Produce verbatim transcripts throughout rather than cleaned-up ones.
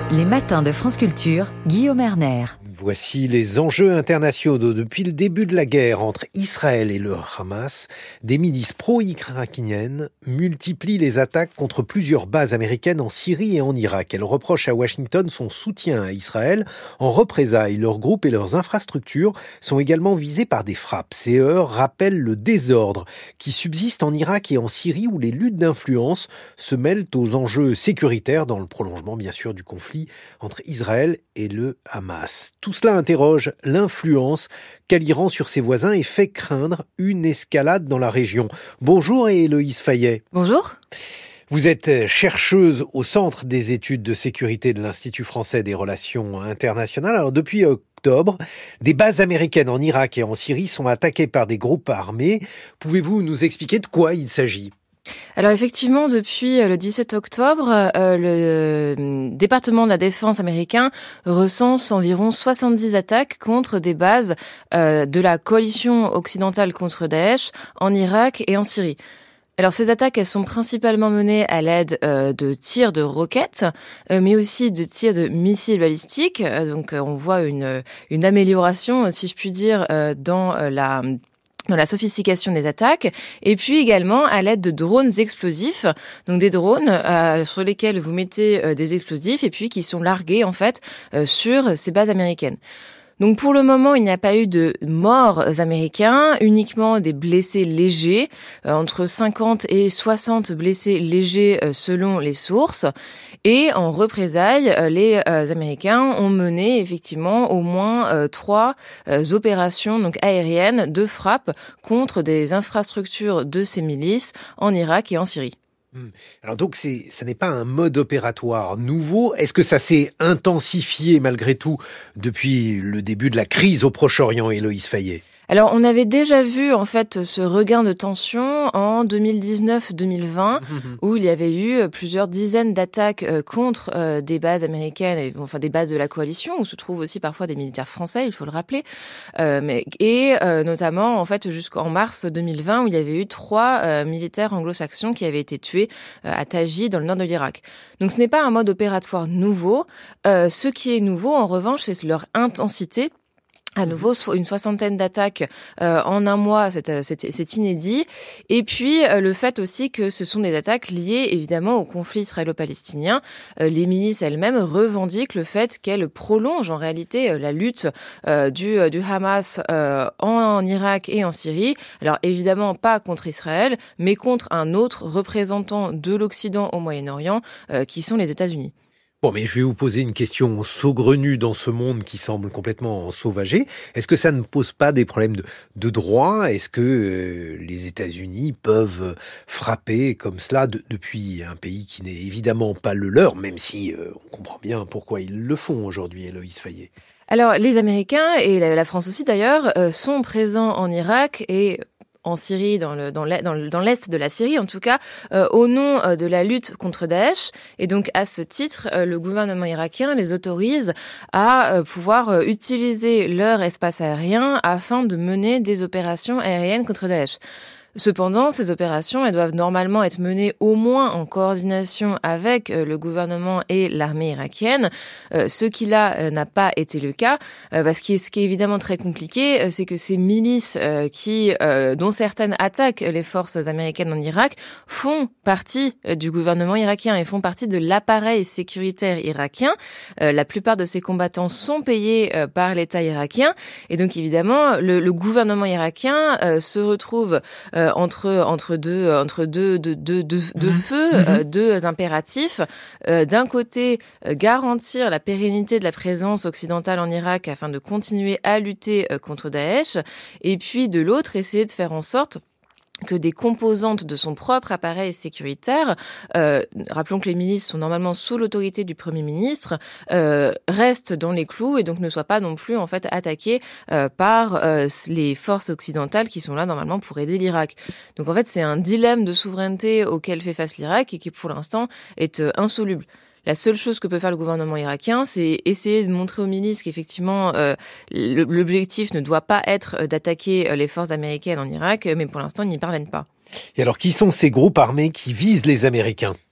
Les matins de France Culture, Guillaume Erner. Voici les enjeux internationaux. Depuis le début de la guerre entre Israël et le Hamas, des milices pro-iraniennes multiplient les attaques contre plusieurs bases américaines en Syrie et en Irak. Elles reprochent à Washington son soutien à Israël. En représailles, leurs groupes et leurs infrastructures sont également visés par des frappes. Ces heurts rappellent le désordre qui subsiste en Irak et en Syrie, où les luttes d'influence se mêlent aux enjeux sécuritaires dans le prolongement, bien sûr, du conflit entre Israël et le Hamas. Tout cela interroge l'influence qu'a l'Iran sur ses voisins et fait craindre une escalade dans la région. Bonjour Héloïse Fayet. Bonjour. Vous êtes chercheuse au Centre des études de sécurité de l'Institut français des relations internationales. Alors depuis octobre, des bases américaines en Irak et en Syrie sont attaquées par des groupes armés. Pouvez-vous nous expliquer de quoi il s'agit ? Alors effectivement, depuis le dix-sept octobre, euh, le département de la défense américain recense environ soixante-dix attaques contre des bases euh, de la coalition occidentale contre Daesh en Irak et en Syrie. Alors ces attaques, elles sont principalement menées à l'aide euh, de tirs de roquettes, euh, mais aussi de tirs de missiles balistiques. Euh, donc euh, on voit une, une amélioration, si je puis dire, euh, dans euh, la... dans la sophistication des attaques, et puis également à l'aide de drones explosifs, donc des drones euh, sur lesquels vous mettez euh, des explosifs et puis qui sont largués en fait euh, sur ces bases américaines. Donc pour le moment, il n'y a pas eu de morts américains, uniquement des blessés légers, euh, entre cinquante et soixante blessés légers euh, selon les sources. Et en représailles, euh, les euh, Américains ont mené effectivement au moins euh, trois euh, opérations donc aériennes de frappe contre des infrastructures de ces milices en Irak et en Syrie. Alors donc, c'est, ça n'est pas un mode opératoire nouveau. Est-ce que ça s'est intensifié malgré tout depuis le début de la crise au Proche-Orient, Héloïse Fayet ? Alors, on avait déjà vu, en fait, ce regain de tension en deux mille dix-neuf deux mille vingt, mmh. où il y avait eu plusieurs dizaines d'attaques contre euh, des bases américaines, et, enfin des bases de la coalition, où se trouvent aussi parfois des militaires français, il faut le rappeler, euh, mais, et euh, notamment, en fait, jusqu'en mars deux mille vingt, où il y avait eu trois euh, militaires anglo-saxons qui avaient été tués euh, à Taji, dans le nord de l'Irak. Donc, ce n'est pas un mode opératoire nouveau. Euh, ce qui est nouveau, en revanche, c'est leur intensité. À nouveau, une soixantaine d'attaques euh, en un mois, c'est, c'est, c'est inédit. Et puis, euh, le fait aussi que ce sont des attaques liées, évidemment, au conflit israélo-palestinien. Euh, les milices elles-mêmes revendiquent le fait qu'elles prolongent, en réalité, euh, la lutte euh, du, euh, du Hamas euh, en, en Irak et en Syrie. Alors, évidemment, pas contre Israël, mais contre un autre représentant de l'Occident au Moyen-Orient, euh, qui sont les États-Unis. Bon, mais je vais vous poser une question saugrenue dans ce monde qui semble complètement sauvagé. Est-ce que ça ne pose pas des problèmes de, de droit ? Est-ce que euh, les États-Unis peuvent frapper comme cela de, depuis un pays qui n'est évidemment pas le leur, même si euh, on comprend bien pourquoi ils le font aujourd'hui, Héloïse Fayet ? Alors, les Américains, et la, la France aussi d'ailleurs, euh, sont présents en Irak et en Syrie, dans, le, dans, l'est, dans, le, dans l'est de la Syrie en tout cas, euh, au nom euh, de la lutte contre Daesh. Et donc à ce titre, euh, le gouvernement irakien les autorise à euh, pouvoir euh, utiliser leur espace aérien afin de mener des opérations aériennes contre Daesh. Cependant, ces opérations, elles doivent normalement être menées au moins en coordination avec euh, le gouvernement et l'armée irakienne, euh, ce qui là euh, n'a pas été le cas, euh, parce que ce qui est évidemment très compliqué, euh, c'est que ces milices euh, qui, euh, dont certaines attaquent les forces américaines en Irak, font partie euh, du gouvernement irakien et font partie de l'appareil sécuritaire irakien. Euh, la plupart de ces combattants sont payés euh, par l'État irakien, et donc évidemment, le, le gouvernement irakien euh, se retrouve euh, entre entre deux entre deux deux deux deux, deux mmh. feux, mmh. euh, deux impératifs. Euh, d'un côté, euh, garantir la pérennité de la présence occidentale en Irak afin de continuer à lutter euh, contre Daesh, et puis de l'autre, essayer de faire en sorte que des composantes de son propre appareil sécuritaire, euh, rappelons que les milices sont normalement sous l'autorité du Premier ministre, euh, restent dans les clous et donc ne soient pas non plus en fait attaquées euh, par euh, les forces occidentales qui sont là normalement pour aider l'Irak. Donc en fait c'est un dilemme de souveraineté auquel fait face l'Irak et qui pour l'instant est euh, insoluble. La seule chose que peut faire le gouvernement irakien, c'est essayer de montrer aux milices qu'effectivement, euh, l'objectif ne doit pas être d'attaquer les forces américaines en Irak, mais pour l'instant, ils n'y parviennent pas. Et alors, qui sont ces groupes armés qui visent les Américains ?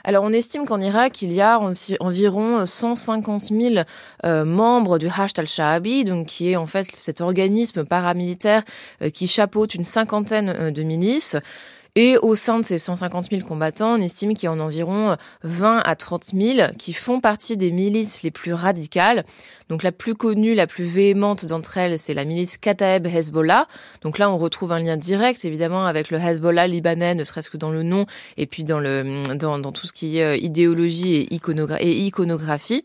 Alors, on estime qu'en Irak, il y a environ cent cinquante mille euh, membres du Hashd al-Sha'abi, donc qui est en fait cet organisme paramilitaire euh, qui chapeaute une cinquantaine euh, de milices. Et au sein de ces cent cinquante mille combattants, on estime qu'il y en a environ vingt à trente mille qui font partie des milices les plus radicales. Donc la plus connue, la plus véhémente d'entre elles, c'est la milice Kataeb Hezbollah. Donc là, on retrouve un lien direct, évidemment, avec le Hezbollah libanais, ne serait-ce que dans le nom, et puis dans, le, dans, dans tout ce qui est idéologie et, iconogra- et iconographie.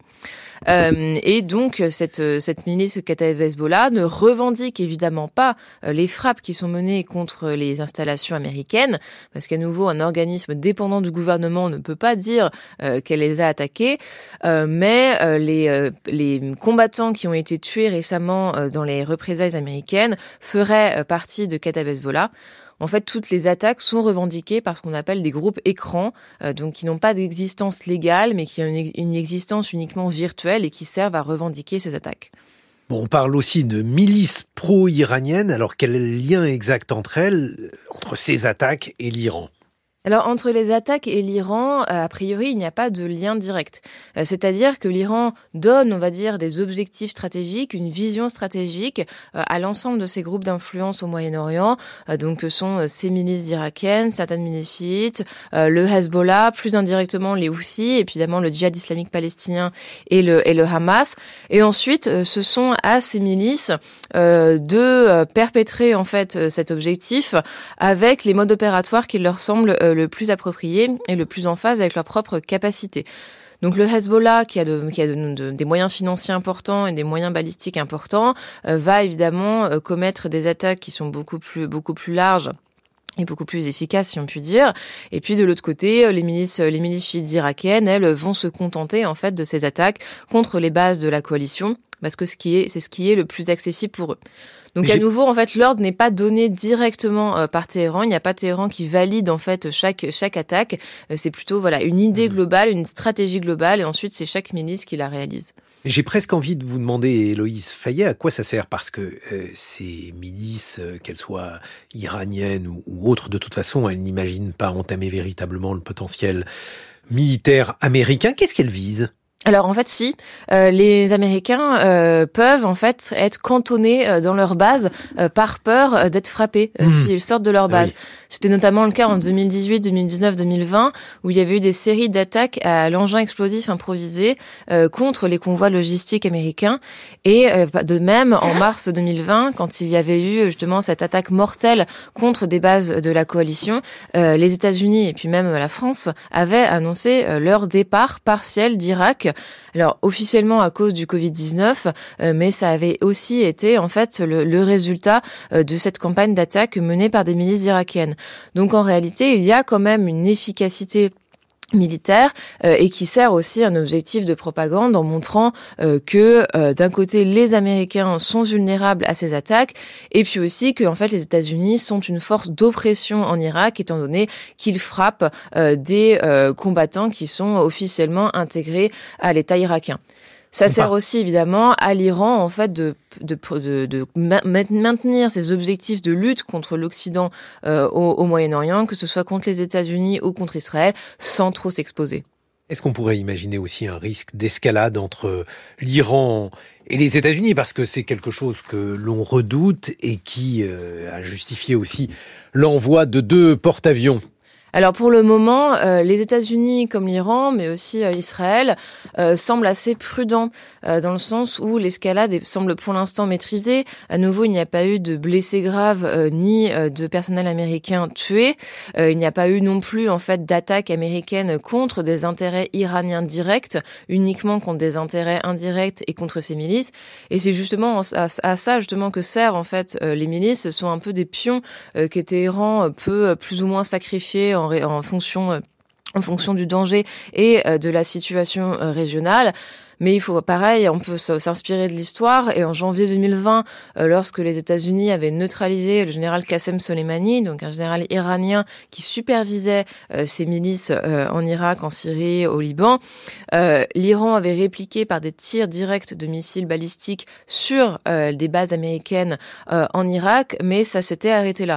Euh, et donc, cette, cette milice Kataeb Hezbollah ne revendique évidemment pas les frappes qui sont menées contre les installations américaines, parce qu'à nouveau, un organisme dépendant du gouvernement ne peut pas dire euh, qu'elle les a attaqués, euh, mais euh, les, euh, les combattants qui ont été tués récemment euh, dans les représailles américaines feraient euh, partie de Kataeb Hezbollah. En fait, toutes les attaques sont revendiquées par ce qu'on appelle des groupes écrans, euh, donc qui n'ont pas d'existence légale, mais qui ont une, une existence uniquement virtuelle et qui servent à revendiquer ces attaques. Bon, on parle aussi de milices pro-iraniennes. Alors, quel est le lien exact entre elles, entre ces attaques et l'Iran ? Alors, entre les attaques et l'Iran, euh, a priori, il n'y a pas de lien direct. Euh, c'est-à-dire que l'Iran donne, on va dire, des objectifs stratégiques, une vision stratégique euh, à l'ensemble de ces groupes d'influence au Moyen-Orient, euh, donc que sont euh, ces milices irakiennes, certaines milices chiites, euh, le Hezbollah, plus indirectement les Houthis, et puis évidemment le djihad islamique palestinien et le, et le Hamas. Et ensuite, euh, ce sont à ces milices euh, de euh, perpétrer en fait euh, cet objectif avec les modes opératoires qui leur semblent euh, le plus approprié et le plus en phase avec leurs propres capacités. Donc le Hezbollah, qui a, de, qui a de, de, des moyens financiers importants et des moyens balistiques importants, euh, va évidemment euh, commettre des attaques qui sont beaucoup plus, beaucoup plus larges et beaucoup plus efficaces, si on peut dire. Et puis de l'autre côté, les milices, les milices chiites irakiennes, elles vont se contenter en fait de ces attaques contre les bases de la coalition, parce que ce qui est, c'est ce qui est le plus accessible pour eux. Donc à nouveau, en fait, l'ordre n'est pas donné directement euh, par Téhéran. Il n'y a pas Téhéran qui valide en fait chaque chaque attaque. Euh, c'est plutôt voilà une idée globale, une stratégie globale, et ensuite c'est chaque milice qui la réalise. J'ai presque envie de vous demander, Héloïse Fayet, à quoi ça sert ? Parce que euh, ces milices, euh, qu'elles soient iraniennes ou, ou autres, de toute façon, elles n'imaginent pas entamer véritablement le potentiel militaire américain. Qu'est-ce qu'elles visent ? Alors en fait si, euh, les Américains euh, peuvent en fait être cantonnés euh, dans leur base euh, par peur euh, d'être frappés euh, mmh. s'ils sortent de leur base. Oui. C'était notamment le cas en deux mille dix-huit, deux mille dix-neuf, deux mille vingt où il y avait eu des séries d'attaques à l'engin explosif improvisé euh, contre les convois logistiques américains. Et euh, de même en mars deux mille vingt, quand il y avait eu justement cette attaque mortelle contre des bases de la coalition, euh, les États-Unis et puis même la France avaient annoncé euh, leur départ partiel d'Irak. Alors officiellement à cause du covid dix-neuf, euh, mais ça avait aussi été en fait le, le résultat euh, de cette campagne d'attaque menée par des milices irakiennes. Donc en réalité, il y a quand même une efficacité militaire euh, et qui sert aussi un objectif de propagande en montrant euh, que euh, d'un côté les Américains sont vulnérables à ces attaques et puis aussi que en fait les États-Unis sont une force d'oppression en Irak étant donné qu'ils frappent euh, des euh, combattants qui sont officiellement intégrés à l'État irakien. Ça sert aussi évidemment à l'Iran en fait de de de, de maintenir ses objectifs de lutte contre l'Occident euh, au, au Moyen-Orient, que ce soit contre les États-Unis ou contre Israël, sans trop s'exposer. Est-ce qu'on pourrait imaginer aussi un risque d'escalade entre l'Iran et les États-Unis, parce que c'est quelque chose que l'on redoute et qui euh, a justifié aussi l'envoi de deux porte-avions? Alors pour le moment, euh, les États-Unis comme l'Iran, mais aussi euh, Israël, euh, semblent assez prudents euh, dans le sens où l'escalade est, semble pour l'instant maîtrisée. À nouveau, il n'y a pas eu de blessés graves euh, ni euh, de personnel américain tué. Euh, il n'y a pas eu non plus en fait d'attaques américaines contre des intérêts iraniens directs, uniquement contre des intérêts indirects et contre ces milices. Et c'est justement à, à ça justement que servent en fait euh, les milices. Ce sont un peu des pions euh, que Téhéran peut euh, plus ou moins sacrifier en en fonction, en fonction du danger et de la situation régionale. Mais il faut, pareil, on peut s'inspirer de l'histoire. Et en janvier deux mille vingt, lorsque les États-Unis avaient neutralisé le général Qassem Soleimani, donc un général iranien qui supervisait euh, ces milices euh, en Irak, en Syrie, au Liban, euh, l'Iran avait répliqué par des tirs directs de missiles balistiques sur euh, des bases américaines euh, en Irak, mais ça s'était arrêté là.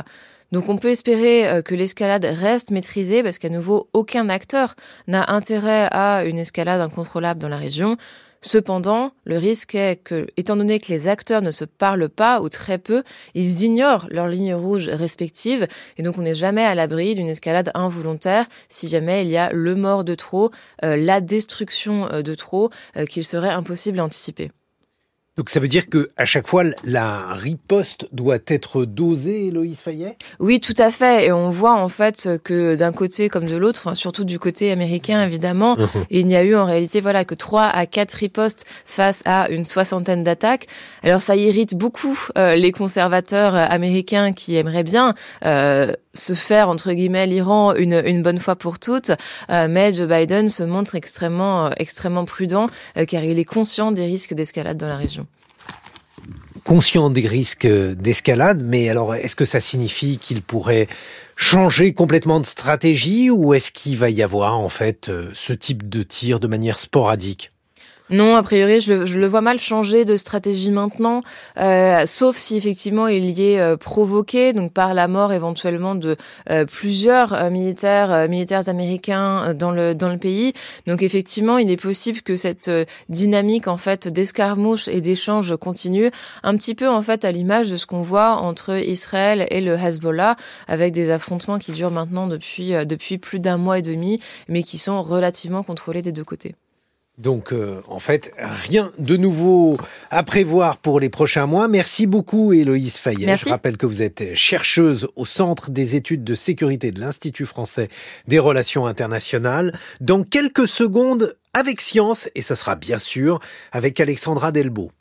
Donc on peut espérer que l'escalade reste maîtrisée parce qu'à nouveau, aucun acteur n'a intérêt à une escalade incontrôlable dans la région. Cependant, le risque est que, étant donné que les acteurs ne se parlent pas ou très peu, ils ignorent leurs lignes rouges respectives et donc on n'est jamais à l'abri d'une escalade involontaire si jamais il y a le mort de trop, euh, la destruction de trop euh, qu'il serait impossible à anticiper. Donc ça veut dire que à chaque fois la riposte doit être dosée, Héloïse Fayet ? Oui, tout à fait. Et on voit en fait que d'un côté comme de l'autre, enfin, surtout du côté américain évidemment, mmh. il n'y a eu en réalité voilà que trois à quatre ripostes face à une soixantaine d'attaques. Alors ça irrite beaucoup euh, les conservateurs américains qui aimeraient bien euh, se faire entre guillemets l'Iran une une bonne fois pour toutes, euh, mais Joe Biden se montre extrêmement euh, extrêmement prudent euh, car il est conscient des risques d'escalade dans la région. Conscient des risques d'escalade, mais alors est-ce que ça signifie qu'il pourrait changer complètement de stratégie ou est-ce qu'il va y avoir en fait ce type de tir de manière sporadique ? Non, a priori, je, je le vois mal changer de stratégie maintenant, euh, sauf si effectivement il y est euh, provoqué, donc par la mort éventuellement de euh, plusieurs euh, militaires euh, militaires américains dans le dans le pays. Donc effectivement, il est possible que cette euh, dynamique en fait d'escarmouche et d'échange continue, un petit peu en fait à l'image de ce qu'on voit entre Israël et le Hezbollah, avec des affrontements qui durent maintenant depuis euh, depuis plus d'un mois et demi, mais qui sont relativement contrôlés des deux côtés. Donc, euh, en fait, rien de nouveau à prévoir pour les prochains mois. Merci beaucoup, Héloïse Fayet. Merci. Je rappelle que vous êtes chercheuse au Centre des études de sécurité de l'Institut français des relations internationales. Dans quelques secondes, avec Science, et ça sera bien sûr avec Alexandra Delbo.